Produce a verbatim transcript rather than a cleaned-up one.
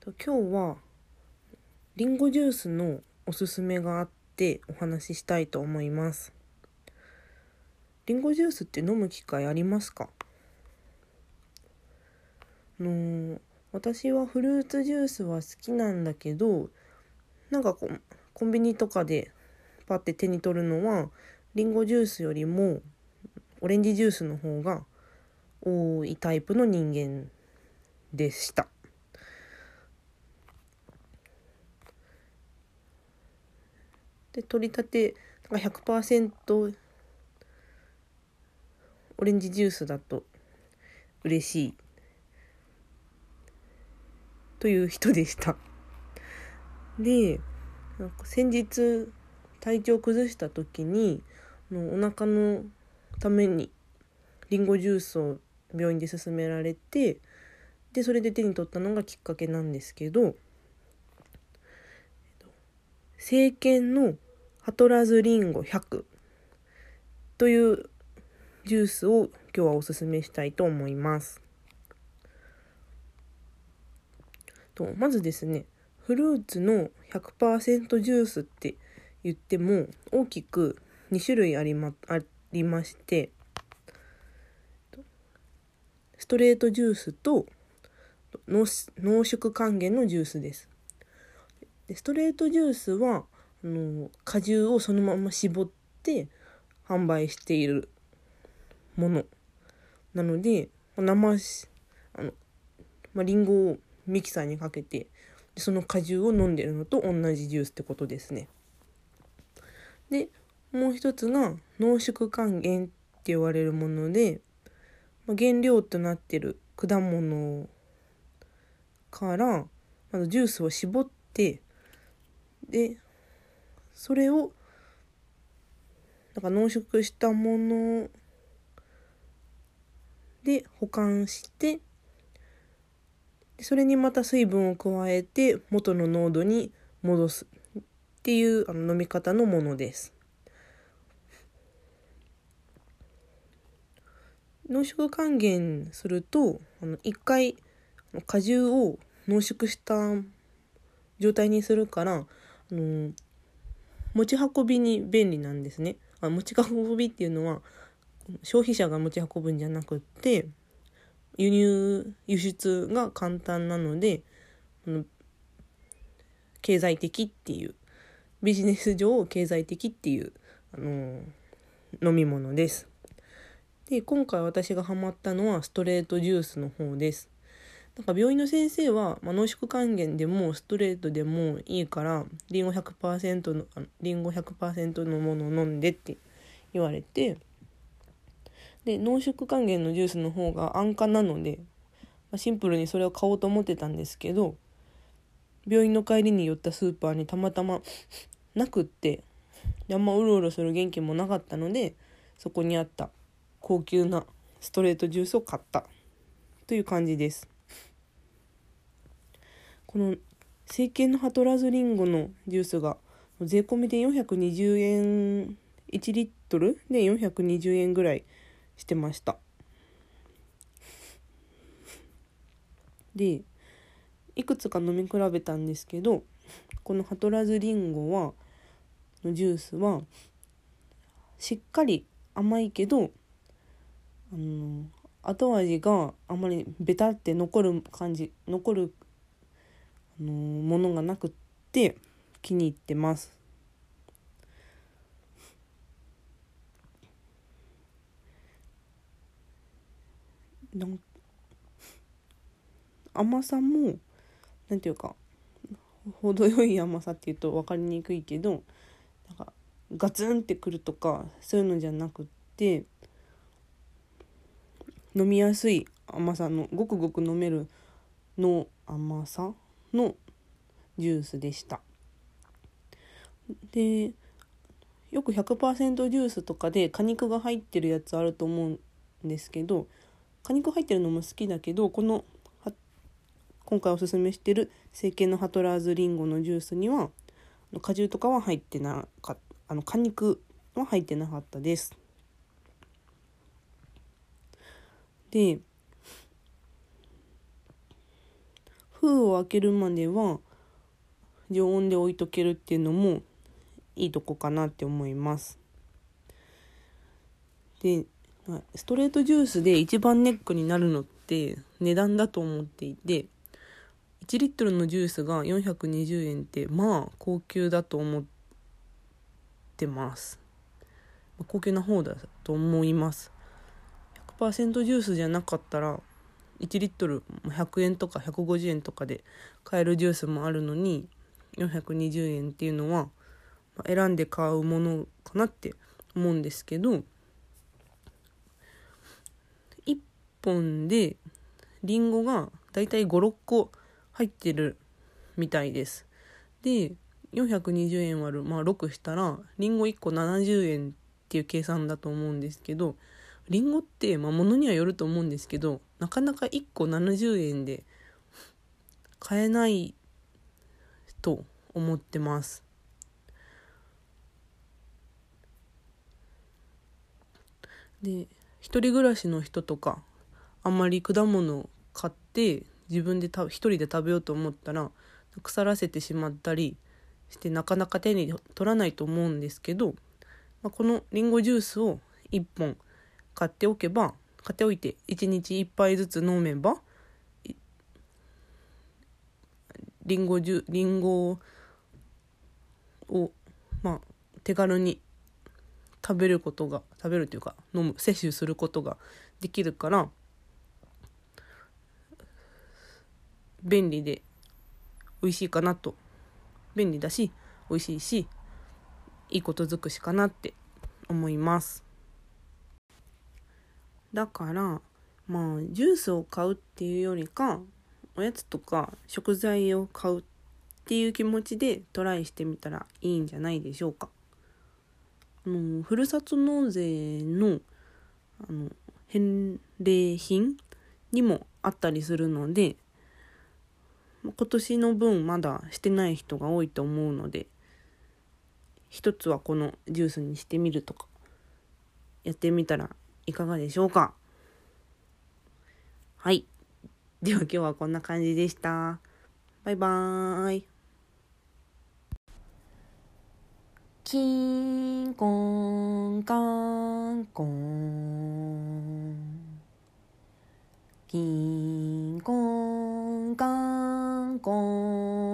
と今日はリンゴジュースのおすすめがあってお話ししたいと思います。リンゴジュースって飲む機会ありますか？あのー私はフルーツジュースは好きなんだけど、なんかこうコンビニとかでパッて手に取るのはリンゴジュースよりもオレンジジュースの方が多いタイプの人間でした。で取り立て ひゃくパーセント オレンジジュースだと嬉しいという人でした。で、なんか先日体調を崩した時にお腹のためにリンゴジュースを病院で勧められて、でそれで手に取ったのがきっかけなんですけど、生研のハトラズリンゴひゃくというジュースを今日はおすすめしたいと思います。とまずですね、フルーツの ひゃくパーセント ジュースって言っても大きくに種類ありま、ありまして、ストレートジュースと濃縮還元のジュースです。でストレートジュースはあの果汁をそのまま絞って販売しているものなので、生あの、まあ、リンゴをミキサーにかけてその果汁を飲んでるのと同じジュースってことですね。でもう一つが濃縮還元って言われるもので、まあ、原料となっている果物からまずジュースを絞って、でそれをなんか濃縮したもので保管して、それにまた水分を加えて元の濃度に戻すっていうあの飲み方のものです。濃縮還元するとあの一回果汁を濃縮した状態にするから、あの持ち運びに便利なんですね。あ持ち運びっていうのは消費者が持ち運ぶんじゃなくって輸入輸出が簡単なので、経済的っていうビジネス上経済的っていう、あの飲み物です。で今回私がハマったのはストレートジュースの方です。なんか病院の先生は、まあ、濃縮還元でもストレートでもいいからリンゴ ひゃくパーセント のリンゴ ひゃくパーセント のものを飲んでって言われて、で濃縮還元のジュースの方が安価なので、まあ、シンプルにそれを買おうと思ってたんですけど、病院の帰りに寄ったスーパーにたまたまなくって、あんまうろうろする元気もなかったので、そこにあった高級なストレートジュースを買ったという感じです。この生研のハトラズリンゴのジュースが税込みでよんひゃくにじゅうえん、いちリットルでよんひゃくにじゅうえんぐらいしてました。でいくつか飲み比べたんですけど、このハトラズリンゴはのジュースはしっかり甘いけど、あの後味があまりベタって残る感じ残る、あのものがなくって気に入ってます。なん甘さもなんていうか程よい甘さっていうと分かりにくいけど、なんかガツンってくるとかそういうのじゃなくって、飲みやすい甘さのごくごく飲めるの甘さのジュースでした。でよく ひゃくパーセント ジュースとかで果肉が入ってるやつあると思うんですけど、果肉入ってるのも好きだけど、この今回おすすめしてる生研のハトラーズリンゴのジュースには果汁とかは入ってなかった、あの果肉は入ってなかったです。で封を開けるまでは常温で置いとけるっていうのもいいとこかなって思います。で、ストレートジュースで一番ネックになるのって値段だと思っていて、いちリットルのジュースがよんひゃくにじゅうえんってまあ高級だと思ってます。高級な方だと思います。 ひゃくパーセント ジュースじゃなかったらいちリットルひゃくえんとかひゃくごじゅうえんとかで買えるジュースもあるのに、よんひゃくにじゅうえんっていうのは選んで買うものかなって思うんですけど、いっぽんでリンゴがだいたいご、ろっこ入ってるみたいです。で、よんひゃくにじゅうえん割る、まあ、ろくしたらリンゴいっこななじゅうえんっていう計算だと思うんですけど、リンゴって、まあ、物にはよると思うんですけど、なかなかいっこななじゅうえんで買えないと思ってます。で、一人暮らしの人とかあんまり果物を買って自分でた一人で食べようと思ったら腐らせてしまったりしてなかなか手に取らないと思うんですけど、まあ、このリンゴジュースをいっぽん買っておけば買っておいていちにちいっぱいずつ飲めばリンゴジュリンゴを、まあ、手軽に食べることが食べるというか飲む摂取することができるから便利で美味しいかなと、便利だし美味しいしいいこと尽くしかなって思います。だからまあジュースを買うっていうよりかおやつとか食材を買うっていう気持ちでトライしてみたらいいんじゃないでしょうか。あのふるさと納税のあの返礼品にもあったりするので、今年の分まだしてない人が多いと思うので、一つはこのジュースにしてみるとかやってみたらいかがでしょうか。はい、では今日はこんな感じでした。バイバーイ。キンコンカンコン、キンコンカンコン。